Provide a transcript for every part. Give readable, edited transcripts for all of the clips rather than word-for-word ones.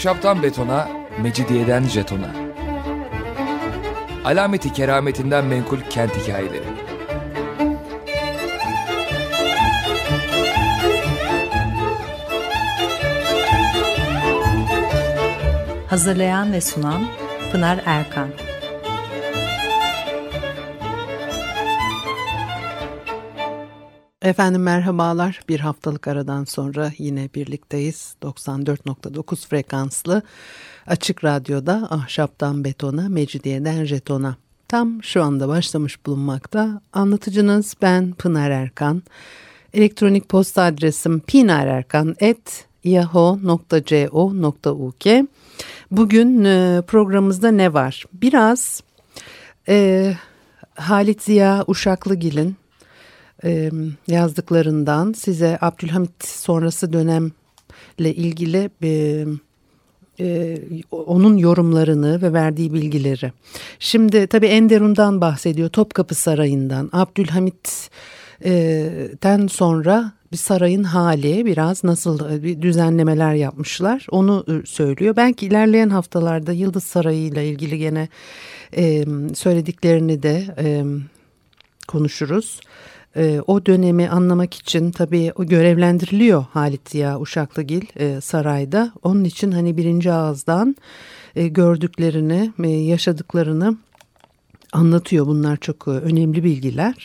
Ahşaptan betona, mecidiyeden jetona. Alameti kerametinden menkul kent hikayeleri. Hazırlayan ve sunan Pınar Erkan. Efendim merhabalar. Bir haftalık aradan sonra yine birlikteyiz. 94.9 frekanslı Açık Radyo'da Ahşaptan Betona, Mecidiyeden Jeton'a. Tam şu anda başlamış bulunmakta. Anlatıcınız ben Pınar Erkan. Elektronik posta adresim pinarerkan@yahoo.co.uk. Bugün programımızda ne var? Biraz Halit Ziya Uşaklıgil'in yazdıklarından size Abdülhamit sonrası dönemle ilgili onun yorumlarını ve verdiği bilgileri. Şimdi tabii Enderun'dan bahsediyor, Topkapı Sarayı'ndan. Abdülhamit'ten sonra bir sarayın hali, biraz nasıl bir düzenlemeler yapmışlar onu söylüyor. Belki ilerleyen haftalarda Yıldız Sarayı ile ilgili gene söylediklerini de konuşuruz. O dönemi anlamak için tabii o görevlendiriliyor Halit Ziya Uşaklıgil sarayda. Onun için hani birinci ağızdan gördüklerini, yaşadıklarını anlatıyor. Bunlar çok önemli bilgiler.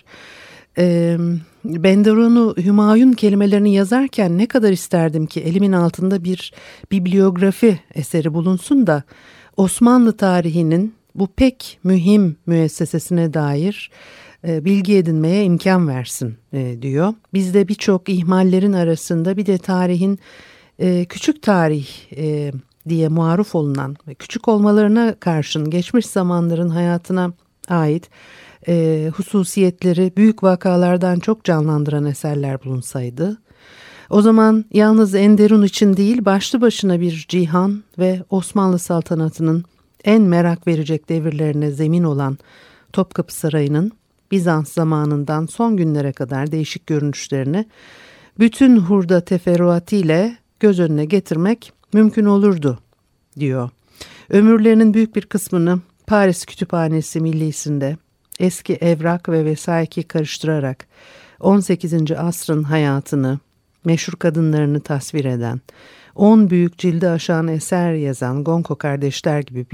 Benderun'u Hümayun kelimelerini yazarken ne kadar isterdim ki elimin altında bir bibliografi eseri bulunsun da Osmanlı tarihinin bu pek mühim müessesesine dair bilgi edinmeye imkan versin diyor. Bizde birçok ihmallerin arasında bir de tarihin küçük tarih diye muaruf olunan ve küçük olmalarına karşın geçmiş zamanların hayatına ait hususiyetleri büyük vakalardan çok canlandıran eserler bulunsaydı, o zaman yalnız Enderun için değil başlı başına bir cihan ve Osmanlı saltanatının en merak verecek devirlerine zemin olan Topkapı Sarayı'nın Bizans zamanından son günlere kadar değişik görünüşlerini bütün hurda teferruatıyla göz önüne getirmek mümkün olurdu diyor. Ömürlerinin büyük bir kısmını Paris Kütüphanesi Millisi'nde eski evrak ve vesaiki karıştırarak 18. asrın hayatını, meşhur kadınlarını tasvir eden, 10 büyük cildi aşan eser yazan Gonco kardeşler gibi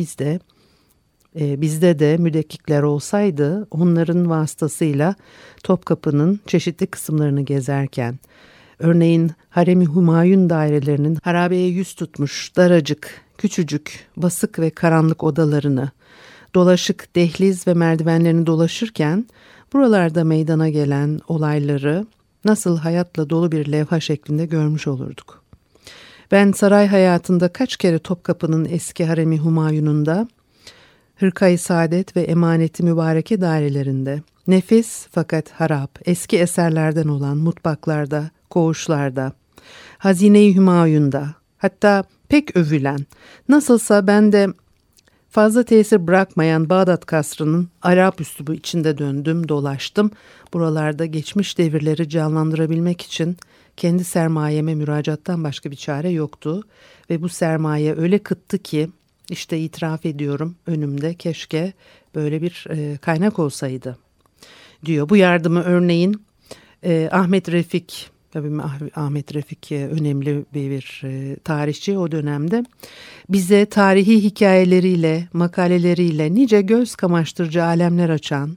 bizde de müdekkikler olsaydı onların vasıtasıyla Topkapı'nın çeşitli kısımlarını gezerken, örneğin Harem-i Hümayun dairelerinin harabeye yüz tutmuş daracık, küçücük, basık ve karanlık odalarını, dolaşık dehliz ve merdivenlerini dolaşırken buralarda meydana gelen olayları nasıl hayatla dolu bir levha şeklinde görmüş olurduk. Ben saray hayatında kaç kere Topkapı'nın eski Harem-i Hümayun'unda, Hırkayı Saadet ve Emaneti Mübareke dairelerinde, nefis fakat harap, eski eserlerden olan mutfaklarda, koğuşlarda, Hazine-i Hümayun'da, hatta pek övülen, nasılsa ben de fazla tesir bırakmayan Bağdat Kasrı'nın Arap üslubu içinde döndüm, dolaştım. Buralarda geçmiş devirleri canlandırabilmek için kendi sermayeme müracaattan başka bir çare yoktu. Ve bu sermaye öyle kıttı ki, İşte itiraf ediyorum önümde keşke böyle bir kaynak olsaydı diyor. Bu yardımı örneğin Ahmet Refik, tabii Ahmet Refik önemli bir tarihçi o dönemde, bize tarihi hikayeleriyle, makaleleriyle nice göz kamaştırıcı alemler açan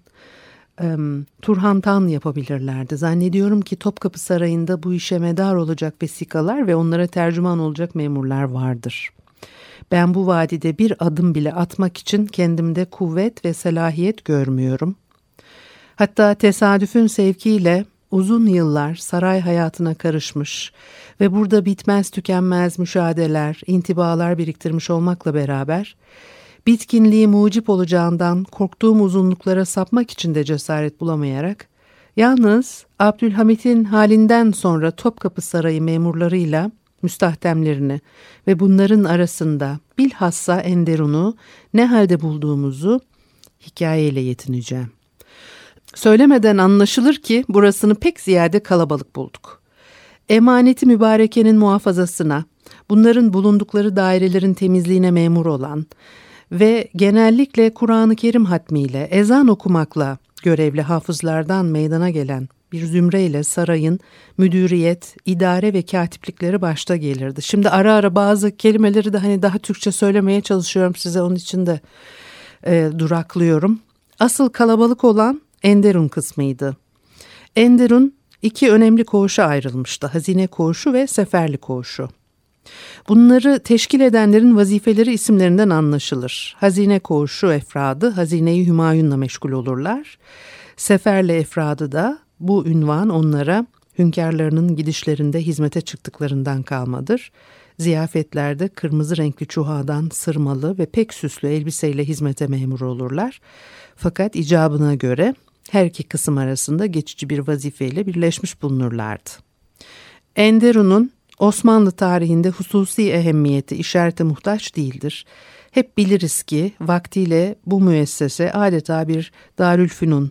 Turhan Tan yapabilirlerdi. Zannediyorum ki Topkapı Sarayı'nda bu işe medar olacak vesikalar ve onlara tercüman olacak memurlar vardır. Ben bu vadide bir adım bile atmak için kendimde kuvvet ve selahiyet görmüyorum. Hatta tesadüfün sevkiyle uzun yıllar saray hayatına karışmış ve burada bitmez tükenmez müşahedeler, intibalar biriktirmiş olmakla beraber, bitkinliği mucip olacağından korktuğum uzunluklara sapmak için de cesaret bulamayarak, yalnız Abdülhamit'in halinden sonra Topkapı Sarayı memurlarıyla müstahdemlerini ve bunların arasında bilhassa Enderun'u ne halde bulduğumuzu hikayeyle yetineceğim. Söylemeden anlaşılır ki burasını pek ziyade kalabalık bulduk. Emaneti Mübareke'nin muhafazasına, Bunların bulundukları dairelerin temizliğine memur olan ve genellikle Kur'an-ı Kerim hatmiyle, ezan okumakla görevli hafızlardan meydana gelen bir zümreyle sarayın müdüriyet, idare ve katiplikleri başta gelirdi. Şimdi ara ara bazı kelimeleri de hani daha Türkçe söylemeye çalışıyorum size, onun için de duraklıyorum. Asıl kalabalık olan Enderun kısmıydı. Enderun iki önemli koğuşa ayrılmıştı. Hazine koğuşu ve seferli koğuşu. Bunları teşkil edenlerin vazifeleri isimlerinden anlaşılır. Hazine koğuşu efradı Hazine-i Hümayun'la meşgul olurlar. Seferli efradı da bu ünvan onlara hünkârlarının gidişlerinde hizmete çıktıklarından kalmadır. Ziyafetlerde kırmızı renkli çuhadan sırmalı ve pek süslü elbiseyle hizmete memur olurlar. Fakat icabına göre her iki kısım arasında geçici bir vazifeyle birleşmiş bulunurlardı. Enderun'un Osmanlı tarihinde hususi ehemmiyeti işarete muhtaç değildir. Hep biliriz ki vaktiyle bu müessese adeta bir Darülfünun,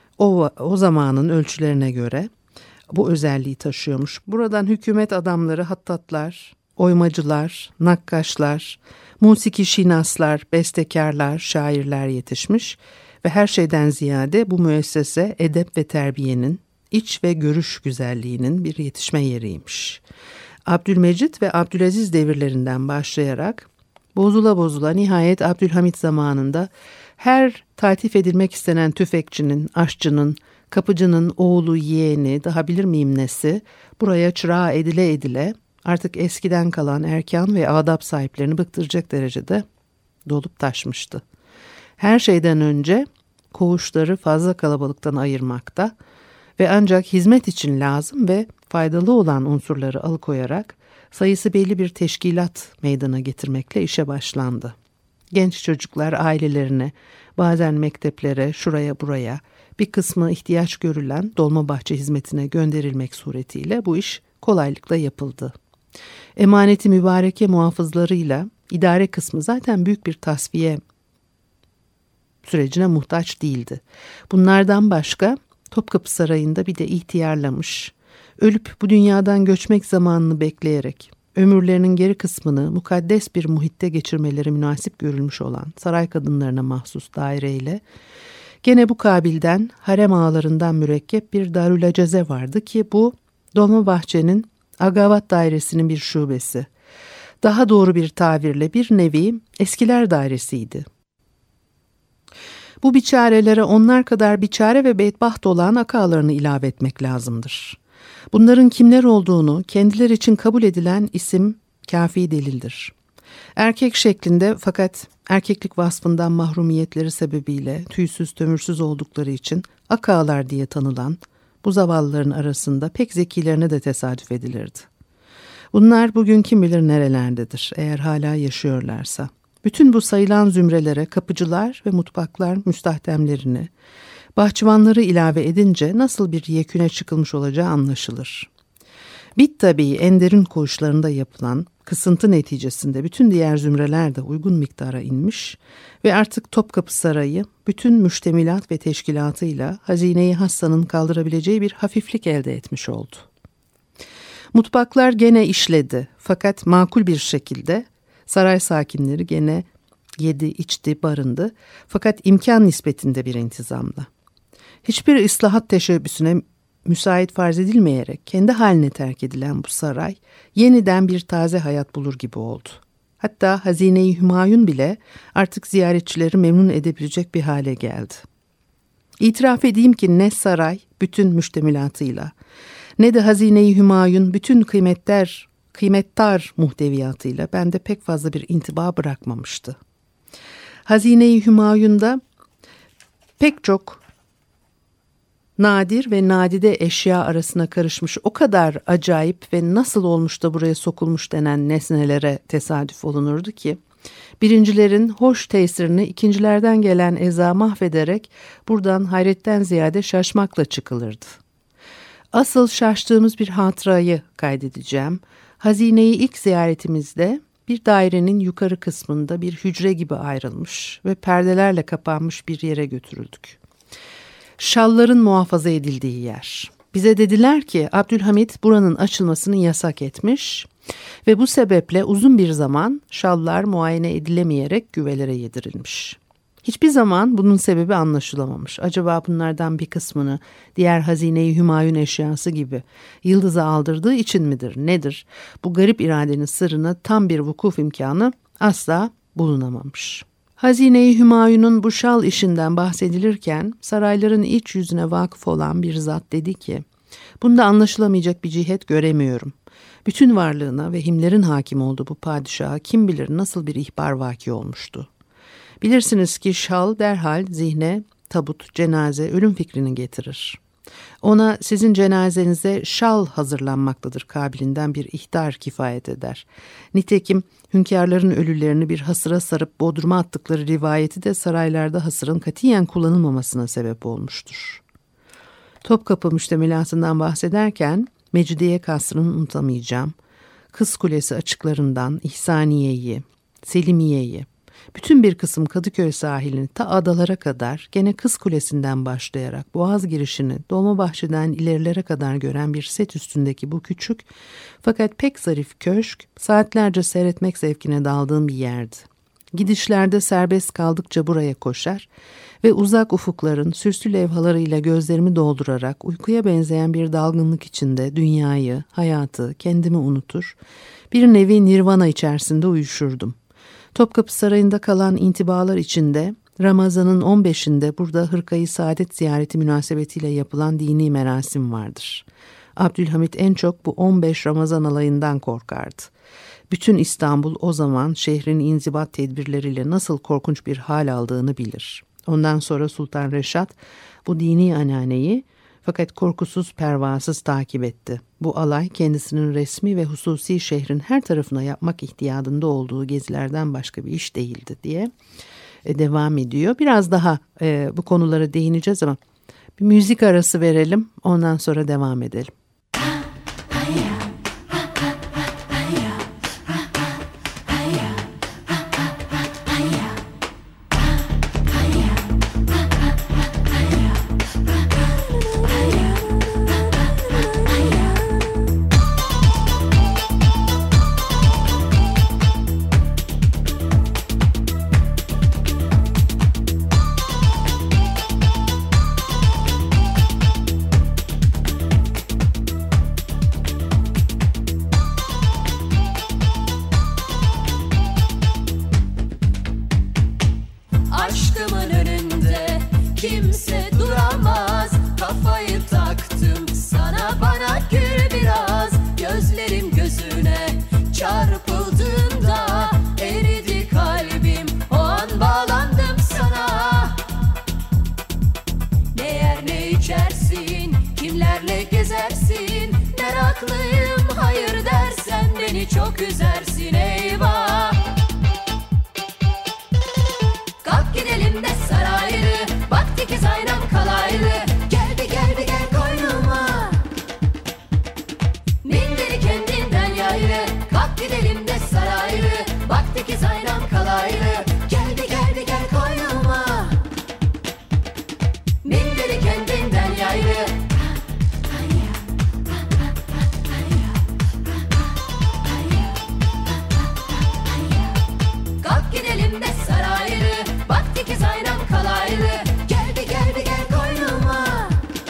o zamanın ölçülerine göre bu özelliği taşıyormuş. Buradan hükümet adamları, hattatlar, oymacılar, nakkaşlar, musiki şinaslar, bestekarlar, şairler yetişmiş ve her şeyden ziyade bu müessese edep ve terbiyenin, iç ve görüş güzelliğinin bir yetişme yeriymiş. Abdülmecit ve Abdülaziz devirlerinden başlayarak bozula bozula nihayet Abdülhamit zamanında her taltif edilmek istenen tüfekçinin, aşçının, kapıcının oğlu, yeğeni, daha bilir miyim nesi, buraya çırağı edile edile artık eskiden kalan erkan ve adab sahiplerini bıktıracak derecede dolup taşmıştı. Her şeyden önce koğuşları fazla kalabalıktan ayırmakta ve ancak hizmet için lazım ve faydalı olan unsurları alıkoyarak sayısı belli bir teşkilat meydana getirmekle işe başlandı. Genç çocuklar ailelerine, bazen mekteplere, şuraya buraya, bir kısmı ihtiyaç görülen Dolmabahçe hizmetine gönderilmek suretiyle bu iş kolaylıkla yapıldı. Emaneti mübareke muhafızlarıyla idare kısmı zaten büyük bir tasfiye sürecine muhtaç değildi. Bunlardan başka Topkapı Sarayı'nda bir de ihtiyarlamış, ölüp bu dünyadan göçmek zamanını bekleyerek ömürlerinin geri kısmını mukaddes bir muhitte geçirmeleri münasip görülmüş olan saray kadınlarına mahsus daireyle gene bu kabilden harem ağalarından mürekkep bir darülaceze vardı ki bu Dolmabahçe'nin Agavat Dairesi'nin bir şubesi. Daha doğru bir tabirle bir nevi eskiler dairesiydi. Bu biçarelere onlar kadar biçare ve bedbaht olan akağalarını ilave etmek lazımdır. Bunların kimler olduğunu kendileri için kabul edilen isim kafi delildir. Erkek şeklinde fakat erkeklik vasfından mahrumiyetleri sebebiyle tüysüz tömürsüz oldukları için akağalar diye tanılan bu zavallıların arasında pek zekilerine de tesadüf edilirdi. Bunlar bugün kim bilir nerelerdedir eğer hala yaşıyorlarsa. Bütün bu sayılan zümrelere kapıcılar ve mutfaklar müstahdemlerini, bahçıvanları ilave edince nasıl bir yeküne çıkılmış olacağı anlaşılır. Bit tabii Ender'in koğuşlarında yapılan kısıntı neticesinde bütün diğer zümreler de uygun miktara inmiş ve artık Topkapı Sarayı bütün müştemilat ve teşkilatıyla Hazine-i Hassa'nın kaldırabileceği bir hafiflik elde etmiş oldu. Mutfaklar gene işledi fakat makul bir şekilde. Saray sakinleri gene yedi, içti, barındı fakat imkan nispetinde bir intizamla. Hiçbir ıslahat teşebbüsüne müsait farz edilmeyerek kendi haline terk edilen bu saray yeniden bir taze hayat bulur gibi oldu. Hatta Hazine-i Hümayun bile artık ziyaretçileri memnun edebilecek bir hale geldi. İtiraf edeyim ki ne saray bütün müştemilatıyla ne de Hazine-i Hümayun bütün kıymettar muhteviyatıyla bende pek fazla bir intiba bırakmamıştı. Hazine-i Hümayun'da pek çok nadir ve nadide eşya arasına karışmış o kadar acayip ve nasıl olmuş da buraya sokulmuş denen nesnelere tesadüf olunurdu ki, birincilerin hoş tesirini ikincilerden gelen eza mahvederek buradan hayretten ziyade şaşmakla çıkılırdı. Asıl şaştığımız bir hatırayı kaydedeceğim. Hazineyi ilk ziyaretimizde bir dairenin yukarı kısmında bir hücre gibi ayrılmış ve perdelerle kapanmış bir yere götürüldük. Şalların muhafaza edildiği yer. Bize dediler ki Abdülhamit buranın açılmasını yasak etmiş ve bu sebeple uzun bir zaman şallar muayene edilemeyerek güvelere yedirilmiş. Hiçbir zaman bunun sebebi anlaşılamamış. Acaba bunlardan bir kısmını diğer Hazine-i Hümayun eşyası gibi yıldıza aldırdığı için midir, nedir? Bu garip iradenin sırrına tam bir vukuf imkanı asla bulunamamış. Hazine-i Hümayun'un bu şal işinden bahsedilirken sarayların iç yüzüne vakıf olan bir zat dedi ki, bunda anlaşılamayacak bir cihet göremiyorum. Bütün varlığına ve himlerin hakim olduğu bu padişaha kim bilir nasıl bir ihbar vaki olmuştu. Bilirsiniz ki şal derhal zihne tabut, cenaze, ölüm fikrini getirir. Ona sizin cenazenize şal hazırlanmaktadır kabilinden bir ihtar kifayet eder. Nitekim hünkârların ölülerini bir hasıra sarıp bodruma attıkları rivayeti de saraylarda hasırın katiyen kullanılmamasına sebep olmuştur. Topkapı müştemilatından bahsederken Mecidiye Kasrı'nı unutamayacağım. Kız Kulesi açıklarından İhsaniye'yi, Selimiye'yi, bütün bir kısım Kadıköy sahilini ta adalara kadar gene Kız Kulesi'nden başlayarak Boğaz girişini Dolmabahçe'den ilerilere kadar gören bir set üstündeki bu küçük fakat pek zarif köşk saatlerce seyretmek zevkine daldığım bir yerdi. Gidişlerde serbest kaldıkça buraya koşar ve uzak ufukların süslü levhalarıyla gözlerimi doldurarak uykuya benzeyen bir dalgınlık içinde dünyayı, hayatı, kendimi unutur, bir nevi nirvana içerisinde uyuşurdum. Topkapı Sarayı'nda kalan intibalar içinde Ramazan'ın 15'inde burada Hırkayı Saadet ziyareti münasebetiyle yapılan dini merasim vardır. Abdülhamit en çok bu 15 Ramazan alayından korkardı. Bütün İstanbul o zaman şehrin inzibat tedbirleriyle nasıl korkunç bir hal aldığını bilir. Ondan sonra Sultan Reşat bu dini ananeyi fakat korkusuz pervasız takip etti. Bu alay kendisinin resmi ve hususi şehrin her tarafına yapmak ihtiyadında olduğu gezilerden başka bir iş değildi diye devam ediyor. Biraz daha bu konulara değineceğiz ama bir müzik arası verelim, ondan sonra devam edelim. Aşkımın önünde kimse duramaz. Kafayı taktım sana, bana gül biraz. Gözlerim gözüne çarpıldığında eridi kalbim, o an bağlandım sana. Ne yer ne içersin, kimlerle gezersin, meraklıyım hayır dersen beni çok üzersin eyvah. Gidelim de saraylı, vakti ki zaynam kalaylı. Gel bir gel bir gel koynuma, minderi kendinden yaylı. Kalk gidelim de saraylı, vakti ki zaynam kalaylı. Gel bir gel bir gel koynuma, minderi kendinden yaylı. Kalk gidelim de saraylı, vakti ki zaynam kalaylı. Gel bir gel bir gel koynuma,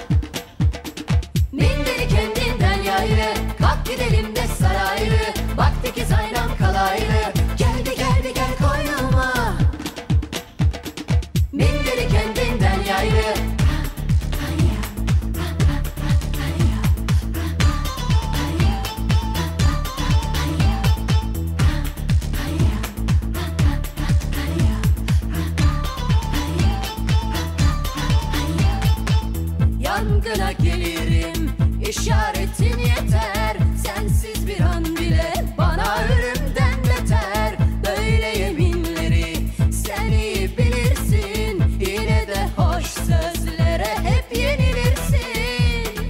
minderi kendinden yaylı. Kalk gidelim de saraylı, vakti ki zaynam kalaylı. Gel bir gel bir gel koynuma, minderi kendinden yaylı. Yangına gelirim, işaretin yeter. Sensiz bir an bile bana ölümden beter. Böyle yeminleri sen iyi bilirsin, yine de hoş sözlere hep yenilirsin.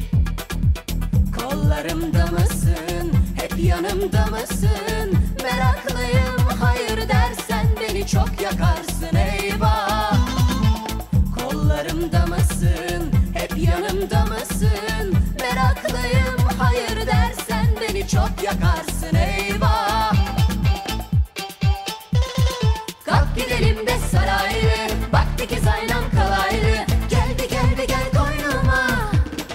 Kollarımda mısın, hep yanımda mısın? Meraklıyım hayır dersen beni çok yakarsın eyvah. Kollarımda mısın, hep yanımda mısın? yakarsın eyvah. Kalk gidelim de saraylı, baktık ki zaynam kalaylı. Geldi geldi gel koynuma,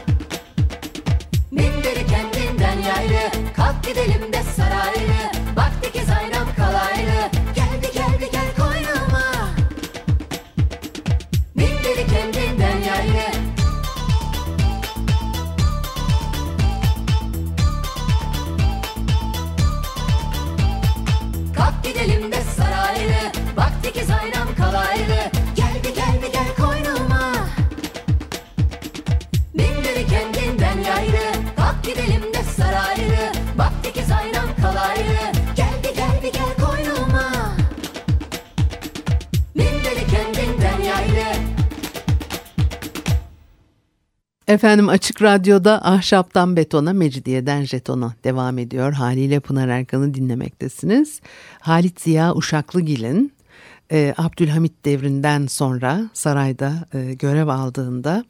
minderi kendinden yaylı. Kalk gidelim de saraylı, baktık ki zaynam kalaylı. Geldi geldi gel koynuma, minderi kendinden yaylı. Kalk gidelim de saraylı, baktık ki zaynam kalaylı. Geldi geldi gel koynuma, minderi kendinden yaylı. Kalk gidelim de saraylı, baktık ki zaynam kalaylı. Geldi geldi gel koynuma, minderi kendinden yaylı. Efendim Açık Radyo'da Ahşaptan Betona, Mecidiyeden Jeton'a devam ediyor. Haliyle Pınar Erkan'ı dinlemektesiniz. Halit Ziya Uşaklıgil'in Abdülhamit devrinden sonra sarayda görev aldığında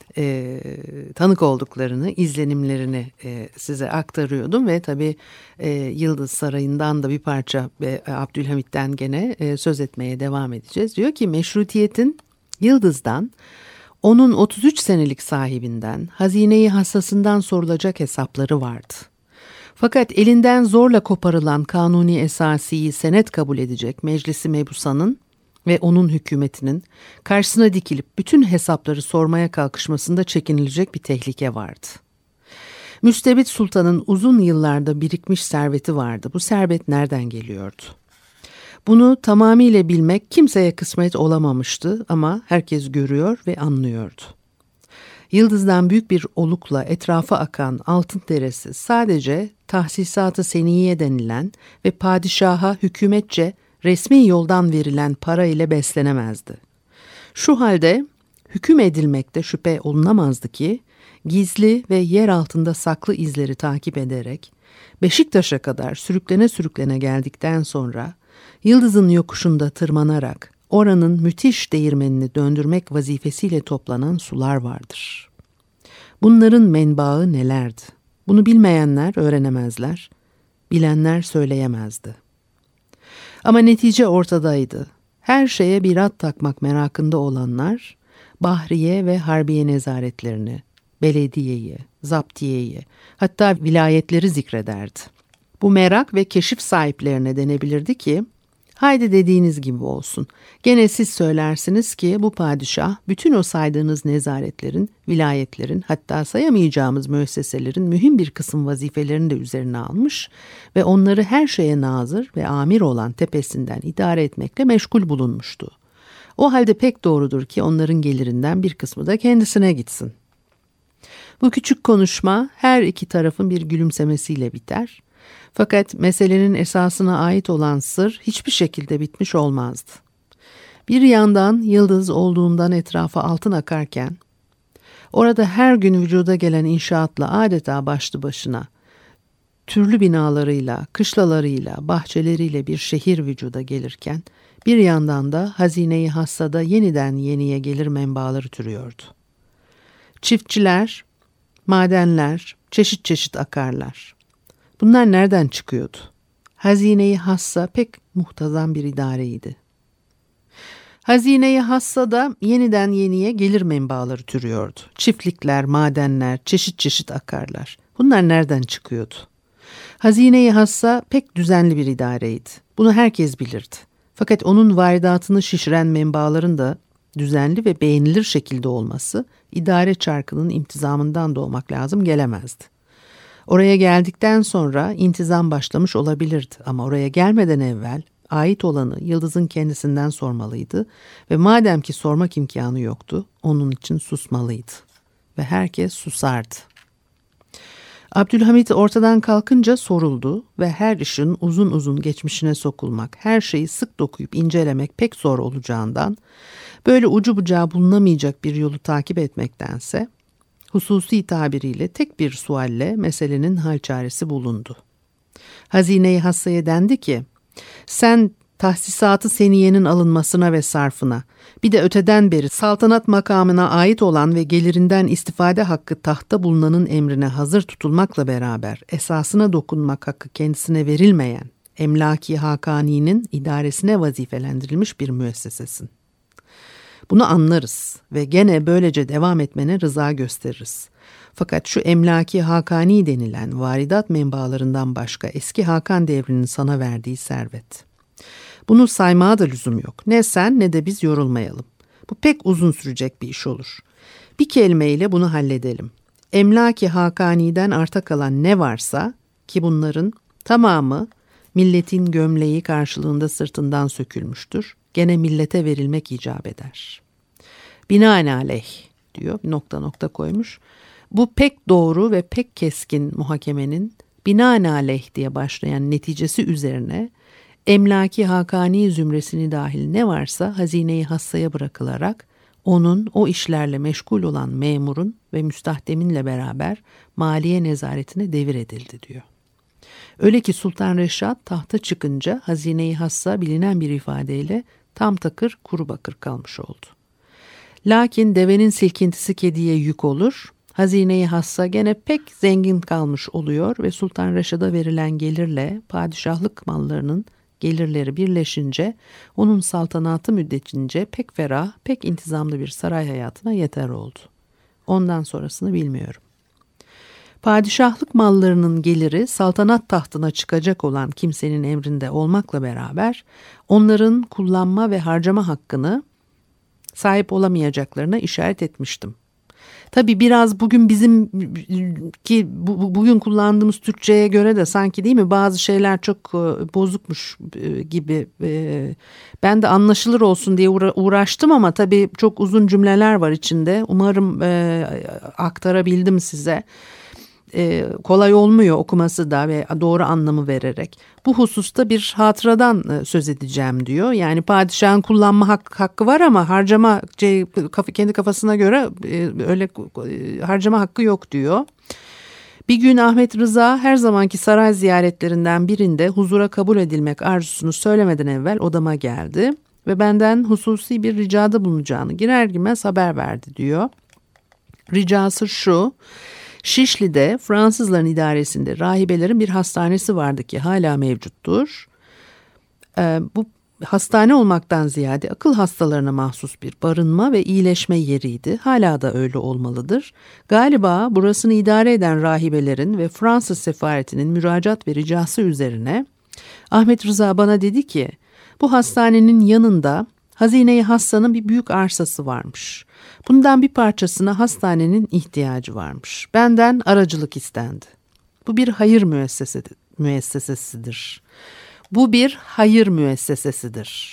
tanık olduklarını, izlenimlerini size aktarıyordum ve tabii Yıldız Sarayı'ndan da bir parça Abdülhamit'ten gene söz etmeye devam edeceğiz. Diyor ki meşrutiyetin Yıldız'dan, onun 33 senelik sahibinden, hazine-i hassasından sorulacak hesapları vardı. Fakat elinden zorla koparılan kanuni esasiyi senet kabul edecek Meclisi Mebusan'ın ve onun hükümetinin karşısına dikilip bütün hesapları sormaya kalkışmasında çekinilecek bir tehlike vardı. Müstebit Sultan'ın uzun yıllarda birikmiş serveti vardı. Bu servet nereden geliyordu? Bunu tamamıyla bilmek kimseye kısmet olamamıştı ama herkes görüyor ve anlıyordu. Yıldız'dan büyük bir olukla etrafa akan altın deresi sadece tahsisat-ı seniye denilen ve padişaha hükümetçe resmi yoldan verilen para ile beslenemezdi. Şu halde hüküm edilmekte şüphe olunamazdı ki gizli ve yer altında saklı izleri takip ederek Beşiktaş'a kadar sürüklene sürüklene geldikten sonra Yıldız'ın yokuşunda tırmanarak oranın müthiş değirmenini döndürmek vazifesiyle toplanan sular vardır. Bunların menbaı nelerdi? Bunu bilmeyenler öğrenemezler, bilenler söyleyemezdi. Ama netice ortadaydı. Her şeye bir ad takmak merakında olanlar, Bahriye ve Harbiye nezaretlerini, belediyeyi, zaptiyeyi, hatta vilayetleri zikrederdi. Bu merak ve keşif sahiplerine denebilirdi ki, haydi dediğiniz gibi olsun. Gene siz söylersiniz ki bu padişah bütün o saydığınız nezaretlerin, vilayetlerin, hatta sayamayacağımız müesseselerin mühim bir kısım vazifelerini de üzerine almış ve onları her şeye nazır ve amir olan tepesinden idare etmekle meşgul bulunmuştu. O halde pek doğrudur ki onların gelirinden bir kısmı da kendisine gitsin. Bu küçük konuşma her iki tarafın bir gülümsemesiyle biter. Fakat meselenin esasına ait olan sır hiçbir şekilde bitmiş olmazdı. Bir yandan Yıldız olduğundan etrafa altın akarken, orada her gün vücuda gelen inşaatla adeta başlı başına, türlü binalarıyla, kışlalarıyla, bahçeleriyle bir şehir vücuda gelirken, bir yandan da hazine-i hassada yeniden yeniye gelir menbaları türüyordu. Çiftçiler, madenler, çeşit çeşit akarlar. Bunlar nereden çıkıyordu? Hazine-i hassa pek muhtazam bir idareydi. Hazine-i hassada yeniden yeniye gelir menbaları türüyordu. Çiftlikler, madenler, çeşit çeşit akarlar. Bunlar nereden çıkıyordu? Hazine-i hassa pek düzenli bir idareydi. Bunu herkes bilirdi. Fakat onun varidatını şişiren menbaların da düzenli ve beğenilir şekilde olması, idare çarkının intizamından doğmak lazım gelemezdi. Oraya geldikten sonra intizam başlamış olabilirdi ama oraya gelmeden evvel ait olanı Yıldız'ın kendisinden sormalıydı ve madem ki sormak imkanı yoktu, onun için susmalıydı ve herkes susardı. Abdülhamit ortadan kalkınca soruldu ve her işin uzun uzun geçmişine sokulmak, her şeyi sık dokuyup incelemek pek zor olacağından, böyle ucu bucağı bulunamayacak bir yolu takip etmektense, hususi tabiriyle tek bir sualle meselenin hal çaresi bulundu. Hazine-i hassaya dendi ki, sen tahsisatı seniyenin alınmasına ve sarfına, bir de öteden beri saltanat makamına ait olan ve gelirinden istifade hakkı tahtta bulunanın emrine hazır tutulmakla beraber esasına dokunmak hakkı kendisine verilmeyen Emlaki Hakani'nin idaresine vazifelendirilmiş bir müessesesin. Bunu anlarız ve gene böylece devam etmene rıza gösteririz. Fakat şu Emlaki Hakani denilen varidat menbaalarından başka eski Hakan devrinin sana verdiği servet. Bunu saymaya da lüzum yok. Ne sen ne de biz yorulmayalım. Bu pek uzun sürecek bir iş olur. Bir kelimeyle bunu halledelim. Emlaki Hakani'den arta kalan ne varsa ki bunların tamamı milletin gömleği karşılığında sırtından sökülmüştür. Gene millete verilmek icap eder. Binaenaleyh diyor, nokta nokta koymuş. Bu pek doğru ve pek keskin muhakemenin binaenaleyh diye başlayan neticesi üzerine Emlaki Hakani zümresini dahil ne varsa hazine-i hassaya bırakılarak onun o işlerle meşgul olan memurun ve müstahdeminle beraber maliye nezaretine devir edildi diyor. Öyle ki Sultan Reşat tahta çıkınca hazine-i hassa bilinen bir ifadeyle tam takır kuru bakır kalmış oldu. Lakin devenin silkintisi kediye yük olur, hazine-i hassa gene pek zengin kalmış oluyor ve Sultan Reşat'a verilen gelirle padişahlık mallarının gelirleri birleşince onun saltanatı müddetince pek ferah, pek intizamlı bir saray hayatına yeter oldu. Ondan sonrasını bilmiyorum. Padişahlık mallarının geliri saltanat tahtına çıkacak olan kimsenin emrinde olmakla beraber onların kullanma ve harcama hakkını sahip olamayacaklarına işaret etmiştim. Tabii biraz bugün bugün kullandığımız Türkçe'ye göre de sanki değil mi bazı şeyler çok bozukmuş gibi. Ben de anlaşılır olsun diye uğraştım ama tabii çok uzun cümleler var içinde. Umarım aktarabildim size. Kolay olmuyor okuması da ve doğru anlamı vererek. Bu hususta bir hatıradan söz edeceğim diyor. Yani padişahın kullanma hakkı var ama harcama kendi kafasına göre öyle harcama hakkı yok diyor. Bir gün Ahmet Rıza her zamanki saray ziyaretlerinden birinde huzura kabul edilmek arzusunu söylemeden evvel odama geldi ve benden hususi bir ricada bulunacağını girer girmez haber verdi diyor. Ricası şu: Şişli'de Fransızların idaresinde rahibelerin bir hastanesi vardı ki hala mevcuttur. Bu hastane olmaktan ziyade akıl hastalarına mahsus bir barınma ve iyileşme yeriydi. Hala da öyle olmalıdır. Galiba burasını idare eden rahibelerin ve Fransız sefaretinin müracaat ve ricası üzerine Ahmet Rıza bana dedi ki bu hastanenin yanında Hazine-i Hassa'nın bir büyük arsası varmış. Bundan bir parçasına hastanenin ihtiyacı varmış. Benden aracılık istendi. Bu bir hayır müessesesidir. Bu bir hayır müessesesidir.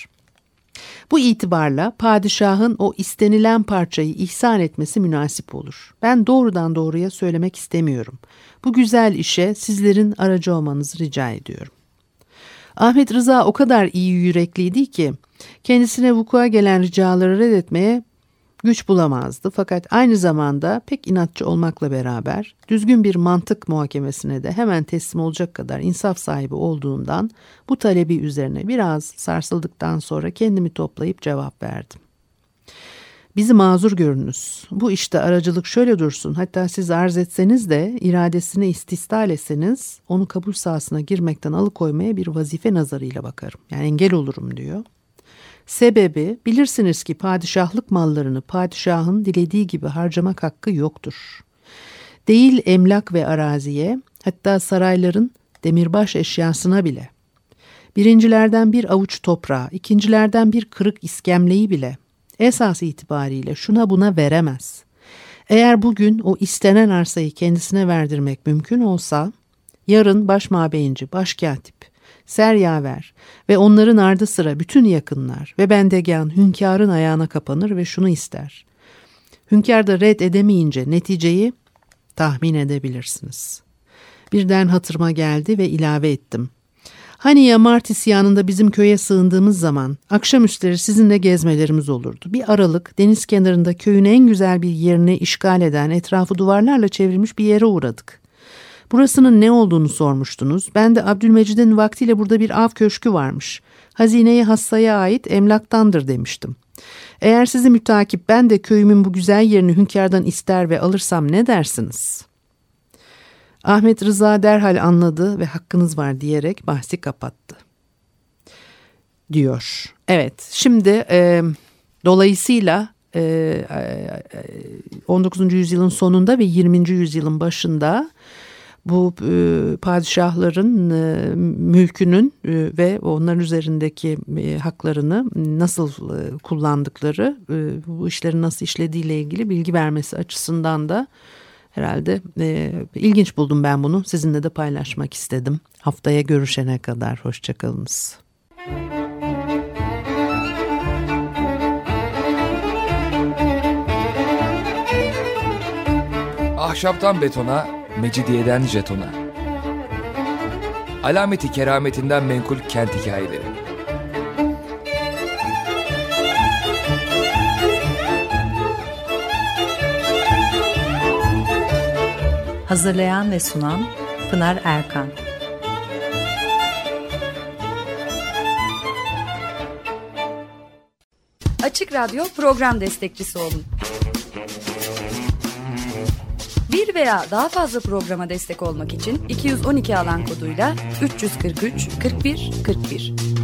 Bu itibarla padişahın o istenilen parçayı ihsan etmesi münasip olur. Ben doğrudan doğruya söylemek istemiyorum. Bu güzel işe sizlerin aracı olmanızı rica ediyorum. Ahmet Rıza o kadar iyi yürekliydi ki kendisine vukua gelen ricaları reddetmeye güç bulamazdı. Fakat aynı zamanda pek inatçı olmakla beraber düzgün bir mantık muhakemesine de hemen teslim olacak kadar insaf sahibi olduğundan bu talebi üzerine biraz sarsıldıktan sonra kendimi toplayıp cevap verdim. Bizi mazur görünüz. Bu işte aracılık şöyle dursun. Hatta siz arz etseniz de iradesine ististal etseniz onu kabul sahasına girmekten alıkoymaya bir vazife nazarıyla bakarım. Yani engel olurum diyor. Sebebi bilirsiniz ki padişahlık mallarını padişahın dilediği gibi harcamak hakkı yoktur. Değil emlak ve araziye, hatta sarayların demirbaş eşyasına bile. Birincilerden bir avuç toprağı, ikincilerden bir kırık iskemleyi bile esas itibariyle şuna buna veremez. Eğer bugün o istenen arsayı kendisine verdirmek mümkün olsa, yarın başmabeyinci, başkatip, seryaver ve onların ardı sıra bütün yakınlar ve bendegân hünkârın ayağına kapanır ve şunu ister. Hünkâr da red edemeyince neticeyi tahmin edebilirsiniz. Birden hatırıma geldi ve ilave ettim. Hani ya Mart isyanında bizim köye sığındığımız zaman akşamüstleri sizinle gezmelerimiz olurdu. Bir aralık deniz kenarında köyün en güzel bir yerini işgal eden etrafı duvarlarla çevrilmiş bir yere uğradık. Burasının ne olduğunu sormuştunuz. Ben de Abdülmecid'in vaktiyle burada bir av köşkü varmış. Hazine-i Hassa'ya ait emlaktandır demiştim. Eğer sizi mütakip ben de köyümün bu güzel yerini hünkârdan ister ve alırsam ne dersiniz? Ahmet Rıza derhal anladı ve hakkınız var diyerek bahsi kapattı. Diyor. Evet, şimdi dolayısıyla 19. yüzyılın sonunda ve 20. yüzyılın başında bu padişahların mülkünün ve onların üzerindeki haklarını nasıl kullandıkları, bu işlerin nasıl işlediğiyle ilgili bilgi vermesi açısından da herhalde ilginç buldum ben bunu. Sizinle de paylaşmak istedim. Haftaya görüşene kadar hoşçakalınız. Ahşaptan betona, mecidiyeden jetona. Alameti kerametinden menkul kent hikayeleri. Hazırlayan ve sunan Pınar Erkan. Açık Radyo program destekçisi olun. Bir veya daha fazla programa destek olmak için 212 alan koduyla 343 41 41.